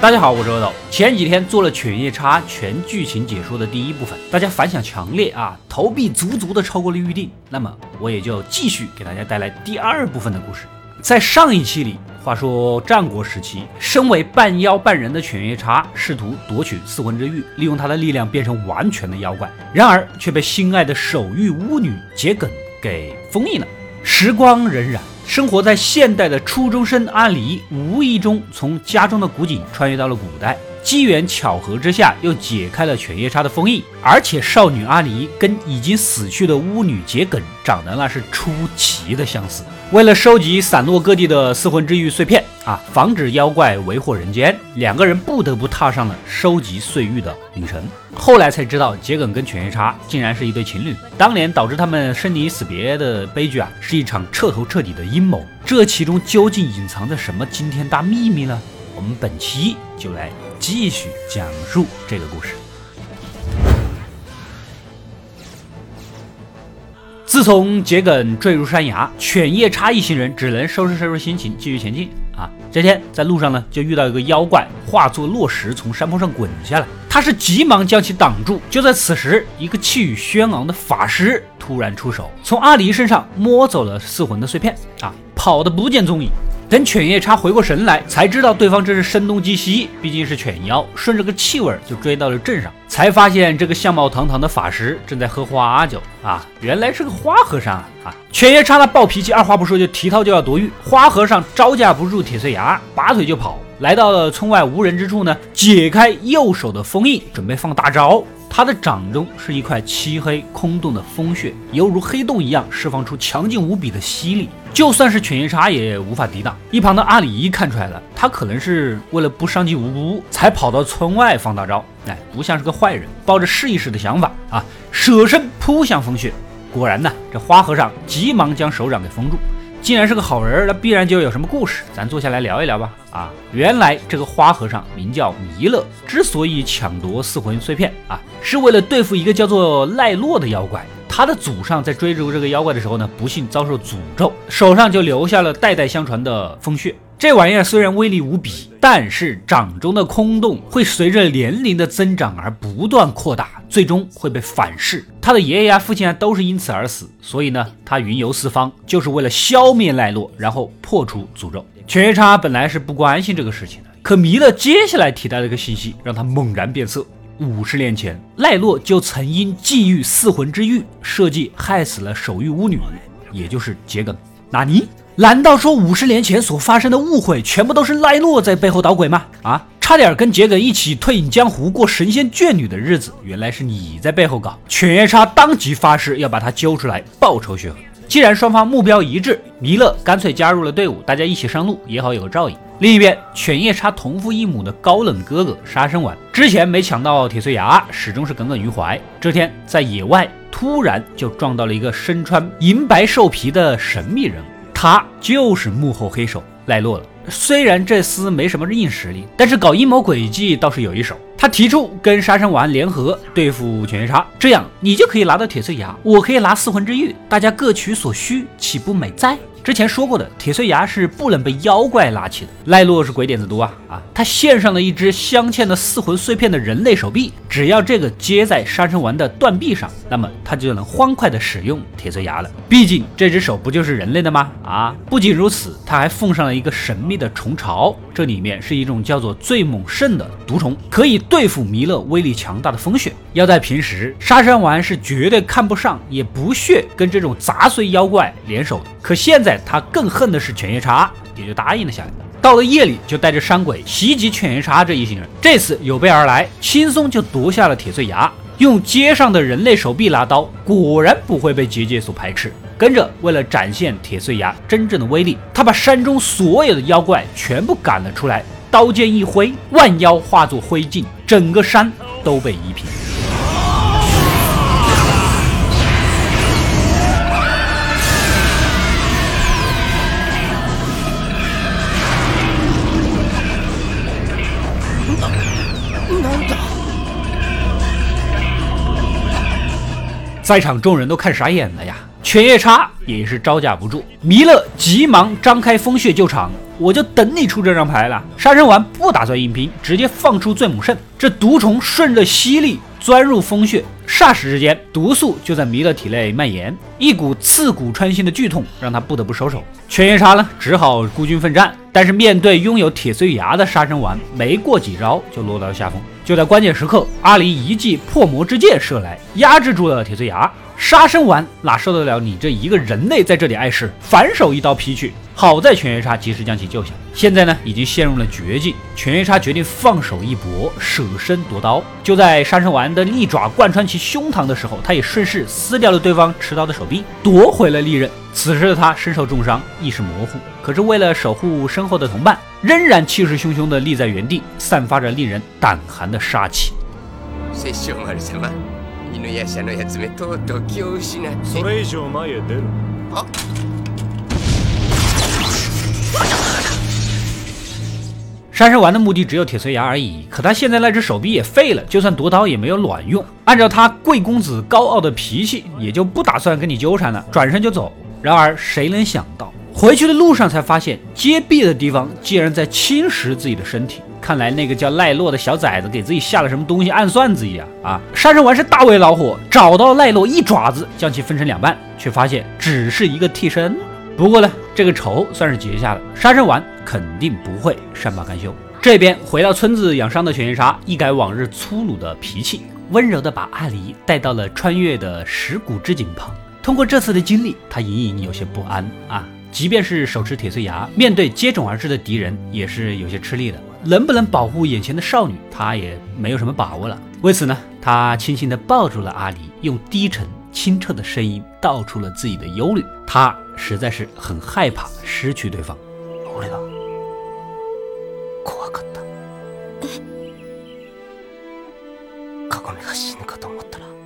大家好，我是阿斗。前几天做了《犬夜叉》全剧情解说的第一部分，大家反响强烈啊，投币足足的超过了预定。那么我也就继续给大家带来第二部分的故事。在上一期里，话说战国时期，身为半妖半人的犬夜叉试图夺取四魂之玉，利用他的力量变成完全的妖怪，然而却被心爱的守玉巫女桔梗给封印了。时光荏苒，生活在现代的初中生阿离无意中从家中的古井穿越到了古代，机缘巧合之下又解开了犬夜叉的封印，而且少女阿离跟已经死去的巫女桔梗长得那是出奇的相似。为了收集散落各地的四魂之玉碎片防止妖怪为祸人间，两个人不得不踏上了收集碎玉的旅程。后来才知道桔梗跟犬夜叉竟然是一对情侣，当年导致他们生离死别的悲剧是一场彻头彻底的阴谋。这其中究竟隐藏着什么惊天大秘密呢？我们本期就来继续讲述这个故事。自从桔梗坠入山崖，犬夜叉一行人只能收拾心情继续前进这天在路上呢，就遇到一个妖怪化作落石从山坡上滚下来，他是急忙将其挡住。就在此时，一个气宇轩昂的法师突然出手，从阿离身上摸走了四魂的碎片跑得不见踪影。等犬夜叉回过神来，才知道对方这是声东击西，毕竟是犬妖，顺着个气味就追到了镇上，才发现这个相貌堂堂的法师正在喝花酒原来是个花和尚犬夜叉那暴脾气，二话不说就提刀就要夺玉。花和尚招架不住铁碎牙，拔腿就跑，来到了村外无人之处呢，解开右手的封印，准备放大招。他的掌中是一块漆黑空洞的风穴，犹如黑洞一样释放出强劲无比的吸力，就算是犬夜叉也无法抵挡。一旁的阿离看出来了，他可能是为了不伤及无辜才跑到村外放大招，不像是个坏人，抱着试一试的想法舍身扑向风穴。果然呢，这花和尚急忙将手掌给封住。既然是个好人，那必然就有什么故事，咱坐下来聊一聊吧。原来这个花和尚名叫弥勒，之所以抢夺四魂碎片是为了对付一个叫做赖洛的妖怪。他的祖上在追逐这个妖怪的时候呢，不幸遭受诅咒，手上就留下了代代相传的风穴。这玩意儿虽然威力无比，但是掌中的空洞会随着年龄的增长而不断扩大，最终会被反噬。他的爷爷父亲都是因此而死，所以呢，他云游四方就是为了消灭赖洛，然后破除诅咒。犬夜叉本来是不关心这个事情的，可弥勒接下来提到的一个信息让他猛然变色。50年前，赖洛就曾因觊觎四魂之玉，设计害死了守玉巫女，也就是桔梗。纳尼？难道说50年前所发生的误会全部都是赖洛在背后捣鬼吗？差点跟桔梗一起退隐江湖过神仙眷侣的日子，原来是你在背后搞。犬夜叉当即发誓要把他揪出来报仇雪恨。既然双方目标一致，弥勒干脆加入了队伍，大家一起上路也好有个照应。另一边，犬夜叉同父异母的高冷哥哥杀生丸之前没抢到铁碎牙，始终是耿耿于怀。这天在野外突然就撞到了一个身穿银白兽皮的神秘人物，他就是幕后黑手赖洛了。虽然这厮没什么硬实力，但是搞阴谋诡计倒是有一手。他提出跟杀生丸联合对付犬夜叉，这样你就可以拿到铁碎牙，我可以拿四魂之玉，大家各取所需，岂不美哉？之前说过的，铁碎牙是不能被妖怪拿起的。赖洛是鬼点子多他献上了一只镶嵌了四魂碎片的人类手臂，只要这个接在杀生丸的断臂上，那么他就能欢快的使用铁碎牙了。毕竟这只手不就是人类的吗？不仅如此，他还奉上了一个神秘的虫巢，这里面是一种叫做醉猛圣的毒虫，可以对付弥勒威力强大的风穴。要在平时，杀生丸是绝对看不上也不屑跟这种杂碎妖怪联手的，可现在他更恨的是犬夜叉，也就答应了下来。到了夜里，就带着山鬼袭击犬夜叉这一行人。这次有备而来，轻松就夺下了铁碎牙，用街上的人类手臂拿刀，果然不会被结界所排斥。跟着，为了展现铁碎牙真正的威力，他把山中所有的妖怪全部赶了出来，刀剑一挥，万妖化作灰烬，整个山都被夷平。在场众人都看傻眼了呀！ 犬夜叉也是招架不住，弥勒急忙张开风穴救场，我就等你出这张牌了。杀生丸不打算硬拼，直接放出醉母圣，这毒虫顺着吸力钻入风穴，霎时之间毒素就在弥勒体内蔓延，一股刺骨穿心的剧痛让他不得不收手。犬夜叉呢只好孤军奋战，但是面对拥有铁碎牙的杀生丸，没过几招就落到了下风。就在关键时刻，阿离一记破魔之剑射来，压制住了铁碎牙。杀生丸哪受得了你这一个人类在这里碍事，反手一刀劈去。好在犬夜叉及时将其救下，现在呢已经陷入了绝境。犬夜叉决定放手一搏，舍身夺刀。就在杀生丸的利爪贯穿其胸膛的时候，他也顺势撕掉了对方持刀的手臂，夺回了利刃。此时的他身受重伤，意识模糊，可是为了守护身后的同伴，仍然气势汹汹地立在原地，散发着令人胆寒的杀气。 殺生丸様、犬夜叉のやつめとうとう気を失って。 それ以上前へ出る。 あ。 杀生丸的目的只有铁碎牙而已，可他现在那只手臂也废了，就算夺刀也没有卵用。按照他贵公子高傲的脾气，也就不打算跟你纠缠了，转身就走。然而谁能想到，回去的路上才发现接臂的地方竟然在侵蚀自己的身体。看来那个叫赖洛的小崽子给自己下了什么东西，暗算自己啊！杀生丸是大为恼火，找到赖洛一爪子将其分成两半，却发现只是一个替身。不过呢，这个仇算是结下了，杀生丸肯定不会善罢甘休。这边回到村子养伤的犬夜叉一改往日粗鲁的脾气，温柔地把阿离带到了穿越的石谷之井旁。通过这次的经历，他隐隐有些不安啊。即便是手持铁碎牙，面对接踵而至的敌人，也是有些吃力的。能不能保护眼前的少女，他也没有什么把握了。为此呢，他轻轻地抱住了阿离，用低沉清澈的声音道出了自己的忧虑。他实在是很害怕失去对方。 俺が怖かった。カゴメが死ぬかと思ったら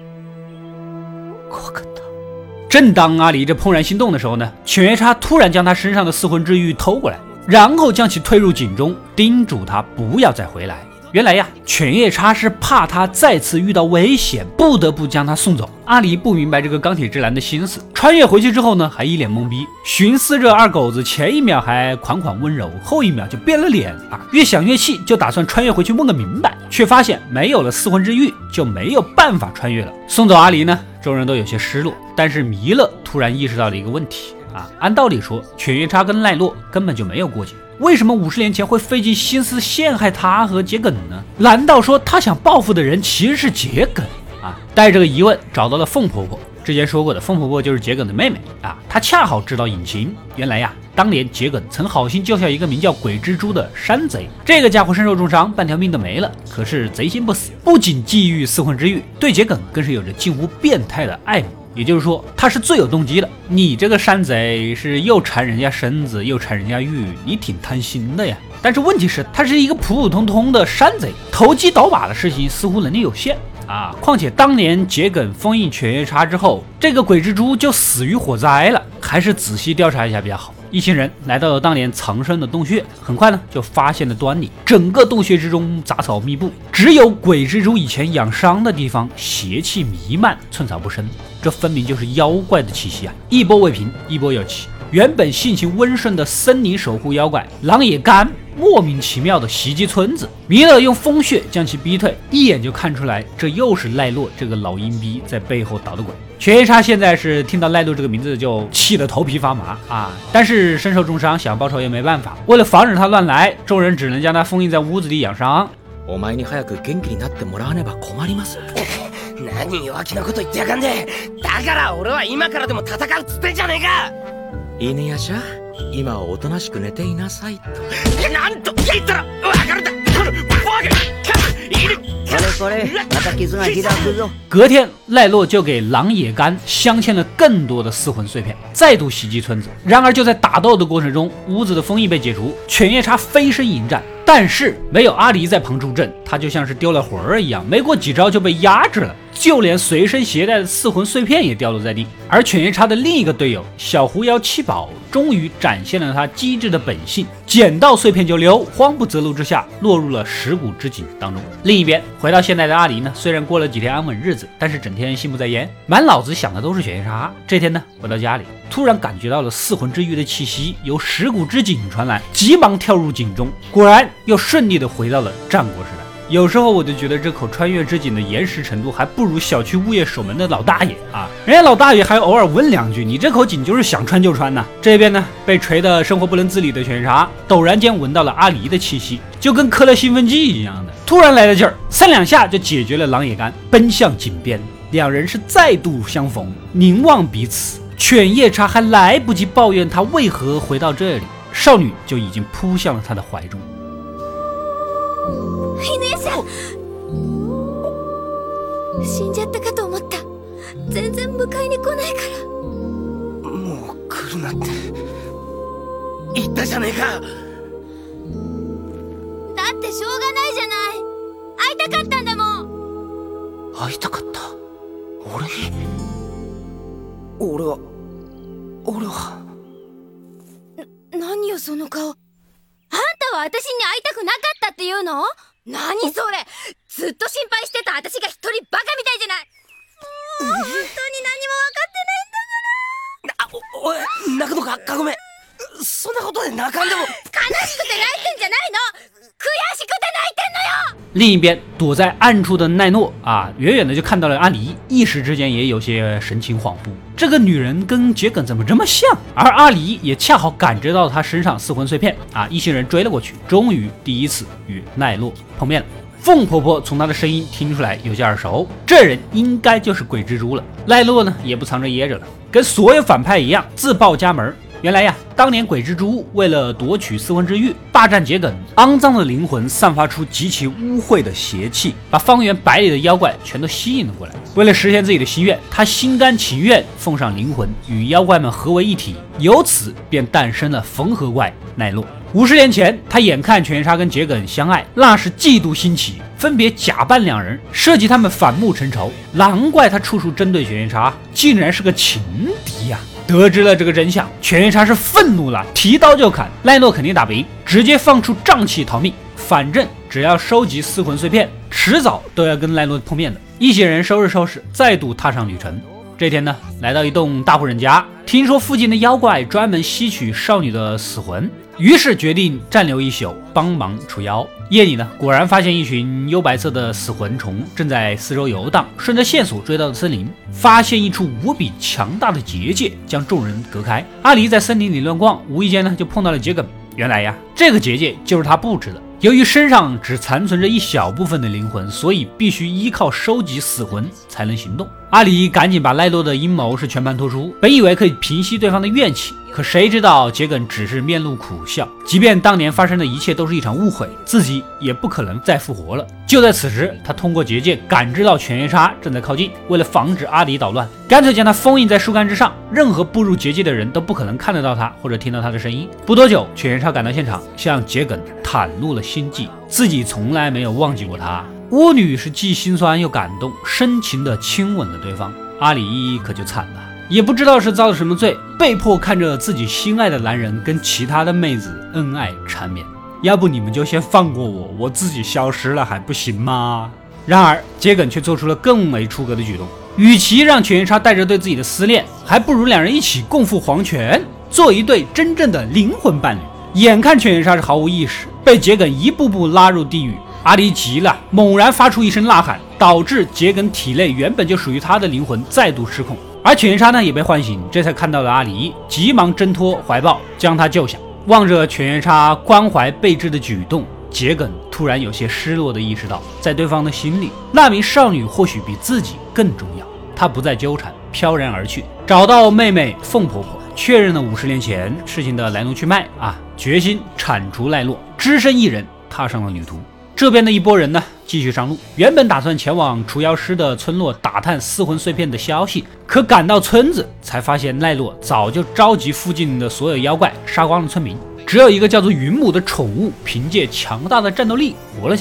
怖かった。 正当阿离这怦然心动的时候呢，犬夜叉突然将他身上的四魂之玉偷过来，然后将其推入井中，叮嘱他不要再回来。原来呀，犬夜叉是怕他再次遇到危险，不得不将他送走。阿离不明白这个钢铁直男的心思，穿越回去之后呢，还一脸懵逼，寻思着二狗子前一秒还款款温柔，后一秒就变了脸啊！越想越气，就打算穿越回去问个明白，却发现没有了四魂之玉，就没有办法穿越了。送走阿离呢，众人都有些失落，但是弥勒突然意识到了一个问题啊，按道理说，犬夜叉跟赖洛根本就没有过节。为什么50年前会费尽心思陷害他和桔梗呢？难道说他想报复的人其实是桔梗啊？带着个疑问找到了凤婆婆。之前说过的，凤婆婆就是桔梗的妹妹啊，她恰好知道隐情。原来呀，当年桔梗曾好心救下一个名叫鬼蜘蛛的山贼，这个家伙身受重伤，半条命都没了。可是贼心不死，不仅觊觎四魂之玉，对桔梗更是有着近乎变态的爱慕。也就是说，他是最有动机的。你这个山贼是又缠人家身子，又缠人家玉，你挺贪心的呀。但是问题是，他是一个普普通通的山贼，投机倒把的事情似乎能力有限啊。况且当年桔梗封印犬夜叉之后，这个鬼蜘蛛就死于火灾了，还是仔细调查一下比较好。一行人来到了当年藏身的洞穴，很快呢就发现了端倪。整个洞穴之中杂草密布，只有鬼蜘蛛以前养伤的地方邪气弥漫，寸草不生。这分明就是妖怪的气息啊！一波未平，一波又起。原本性情温顺的森林守护妖怪狼野干莫名其妙的袭击村子，弥勒用风穴将其逼退，一眼就看出来这又是赖洛这个老阴逼在背后捣的鬼。犬夜叉现在是听到赖洛这个名字就气得头皮发麻啊！但是身受重伤，想报仇也没办法。为了防止他乱来，众人只能将他封印在屋子里养伤。 お前に早く元気になってもらわねば困ります。 何弱気なこと言ってやがんで。だから俺は今からでも戦うっつってんじゃねえか。 犬夜叉、今はおとなしく寝ていなさいと。 なんと言ったらわかるんだ。このバカ。 これまた傷が開くぞ。 隔天，赖洛就给狼野干镶嵌了更多的四魂碎片，再度袭击村子。然而就在打斗的过程中，屋子的封印被解除，犬夜叉飞身迎战。但是没有阿离在旁助阵，他就像是丢了魂儿一样，没过几招就被压制了。 就连随身携带的四魂碎片也掉落在地。而犬夜叉的另一个队友小狐妖七宝终于展现了他机智的本性，捡到碎片就溜，慌不择路之下落入了蚀骨之井当中。另一边回到现代的阿离呢，虽然过了几天安稳日子，但是整天心不在焉，满脑子想的都是犬夜叉。这天呢，回到家里，突然感觉到了四魂之玉的气息由蚀骨之井传来，急忙跳入井中，果然又顺利的回到了战国时代。有时候我就觉得这口穿越之井的严实程度还不如小区物业守门的老大爷啊！人家老大爷还偶尔问两句，你这口井就是想穿就穿呐。这边呢，被锤得生活不能自理的犬夜叉，陡然间闻到了阿离的气息，就跟磕了兴奋剂一样的，突然来了劲儿，3两下就解决了狼野干，奔向井边。两人是再度相逢，凝望彼此。犬夜叉还来不及抱怨他为何回到这里，少女就已经扑向了他的怀中。 犬夜叉死んじゃったかと思った。全然迎えに来ないから。 もう来るなって言ったじゃねえか。 だってしょうがないじゃない。会いたかったんだもん。 会いたかった俺に。俺は何よその顔。あんたは私に会いたくなかったっていうの？何それ。ずっと心配してた私が一人バカみたいじゃない。もう本当に何も分かってないんだから。 おい泣くのかカゴメ。そんなことで泣かんでも。 悲しくて泣いてんじゃないの。悔しくて泣いてんのよ。 另一边躲在暗处的奈诺啊，远远的就看到了阿离，一时之间也有些神情恍惚。这个女人跟桔梗怎么这么像？而阿离也恰好感知到她身上四魂碎片啊，一行人追了过去，终于第一次与奈洛碰面了。凤婆婆从她的声音听出来有些耳熟，这人应该就是鬼蜘蛛了。奈洛呢也不藏着掖着了，跟所有反派一样自报家门。原来呀，当年鬼蜘蛛为了夺取四魂之玉，霸占桔梗，肮脏的灵魂散发出极其污秽的邪气，把方圆百里的妖怪全都吸引了过来。为了实现自己的心愿，他心甘情愿奉上灵魂，与妖怪们合为一体，由此便诞生了缝合怪奈洛。50年前，他眼看犬夜叉跟桔梗相爱，那是嫉妒心起，分别假扮两人，设计他们反目成仇。难怪他处处针对犬夜叉，竟然是个情敌呀！得知了这个真相，犬夜叉是愤怒了，提刀就砍。奈诺肯定打不赢，直接放出瘴气逃命。反正只要收集四魂碎片，迟早都要跟奈诺碰面的。一行人收拾收拾，再度踏上旅程。这天呢，来到一栋大户人家，听说附近的妖怪专门吸取少女的死魂，于是决定暂留一宿，帮忙除妖。夜里呢，果然发现一群幽白色的死魂虫正在四周游荡，顺着线索追到了森林，发现一处无比强大的结界，将众人隔开。阿离在森林里乱逛，无意间呢就碰到了桔梗。原来呀，这个结界就是他布置的。由于身上只残存着一小部分的灵魂，所以必须依靠收集死魂才能行动。阿离赶紧把奈洛的阴谋是全盘托出，本以为可以平息对方的怨气，可谁知道桔梗只是面露苦笑，即便当年发生的一切都是一场误会，自己也不可能再复活了。就在此时，他通过结界感知到犬夜叉正在靠近，为了防止阿离捣乱，干脆将他封印在树干之上，任何步入结界的人都不可能看得到他或者听到他的声音。不多久，犬夜叉赶到现场，向桔梗袒露了心迹，自己从来没有忘记过他。巫女是既心酸又感动，深情地亲吻了对方。阿离可就惨了，也不知道是遭了什么罪，被迫看着自己心爱的男人跟其他的妹子恩爱缠绵。要不你们就先放过我，我自己消失了还不行吗？然而桔梗却做出了更为出格的举动，与其让犬夜叉带着对自己的思念，还不如两人一起共赴黄泉，做一对真正的灵魂伴侣。眼看犬夜叉是毫无意识，被桔梗一步步拉入地狱，阿离急了，猛然发出一声呐喊，导致桔梗体内原本就属于他的灵魂再度失控。而犬夜叉呢也被唤醒，这才看到了阿离，急忙挣脱怀抱，将他救下。望着犬夜叉关怀备至的举动，桔梗突然有些失落地意识到，在对方的心里，那名少女或许比自己更重要。他不再纠缠，飘然而去，找到妹妹凤婆婆，确认了50年前事情的来龙去脉啊，决心铲除奈洛，只身一人踏上了旅途。这边的一拨人呢，继续上路，原本打算前往除妖师的村落打探四魂碎片的消息，可赶到村子才发现奈洛早就召集附近的所有妖怪，杀光了村民，只有一个叫做云母的宠物凭借强大的战斗力活了下来。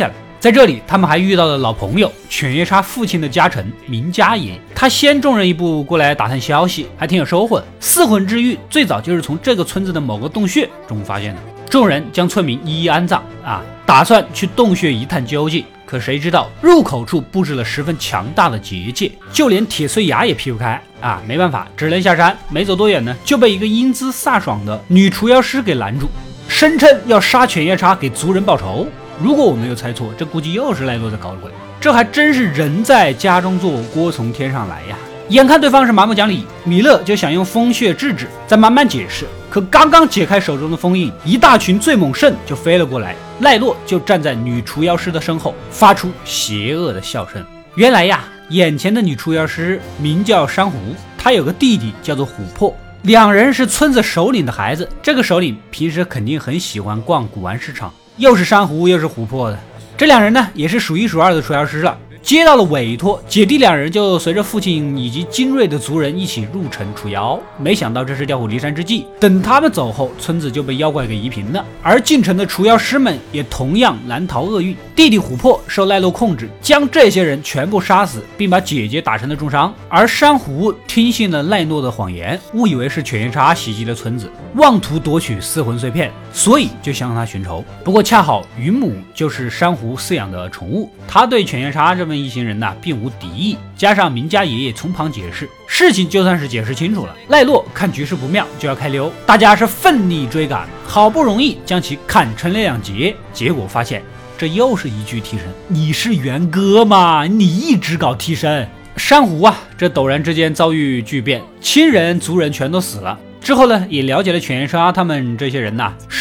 在这里，他们还遇到了老朋友犬夜叉父亲的家臣明家爷，他先众人一步过来打探消息，还挺有收获的。四魂之玉最早就是从这个村子的某个洞穴中发现的。众人将村民一一安葬打算去洞穴一探究竟。可谁知道入口处布置了十分强大的结界，就连铁碎牙也劈不开没办法，只能下山。没走多远呢，就被一个英姿飒爽的女除妖师给拦住，声称要杀犬夜叉给族人报仇。如果我没有猜错，这估计又是赖洛在搞鬼。这还真是人在家中坐，锅从天上来呀！眼看对方是满不讲理，米勒就想用风穴制止，再慢慢解释。可刚刚解开手中的封印，一大群醉猛兽就飞了过来，赖洛就站在女除妖师的身后，发出邪恶的笑声。原来呀，眼前的女除妖师名叫珊瑚，她有个弟弟叫做琥珀，两人是村子首领的孩子。这个首领平时肯定很喜欢逛古玩市场，又是珊瑚又是琥珀的，这两人呢也是数一数二的除妖师了。接到了委托，姐弟两人就随着父亲以及精锐的族人一起入城除妖。没想到这是调虎离山之计，等他们走后，村子就被妖怪给夷平了。而进城的除妖师们也同样难逃厄运。弟弟琥珀受赖洛控制，将这些人全部杀死，并把姐姐打成了重伤。而珊瑚听信了赖诺的谎言，误以为是犬夜叉袭击了村子，妄图夺取四魂碎片，所以就向他寻仇。不过恰好云母就是珊瑚饲养的宠物，他对犬夜叉这么一行人并无敌意，加上明家爷爷从旁解释，事情就算是解释清楚了。赖洛看局势不妙，就要开溜，大家是奋力追赶，好不容易将其砍成了2截，结果发现这又是一具替身。你是元哥吗？你一直搞替身。珊瑚这陡然之间遭遇巨变，亲人族人全都死了。之后呢，也了解了犬夜叉他们这些人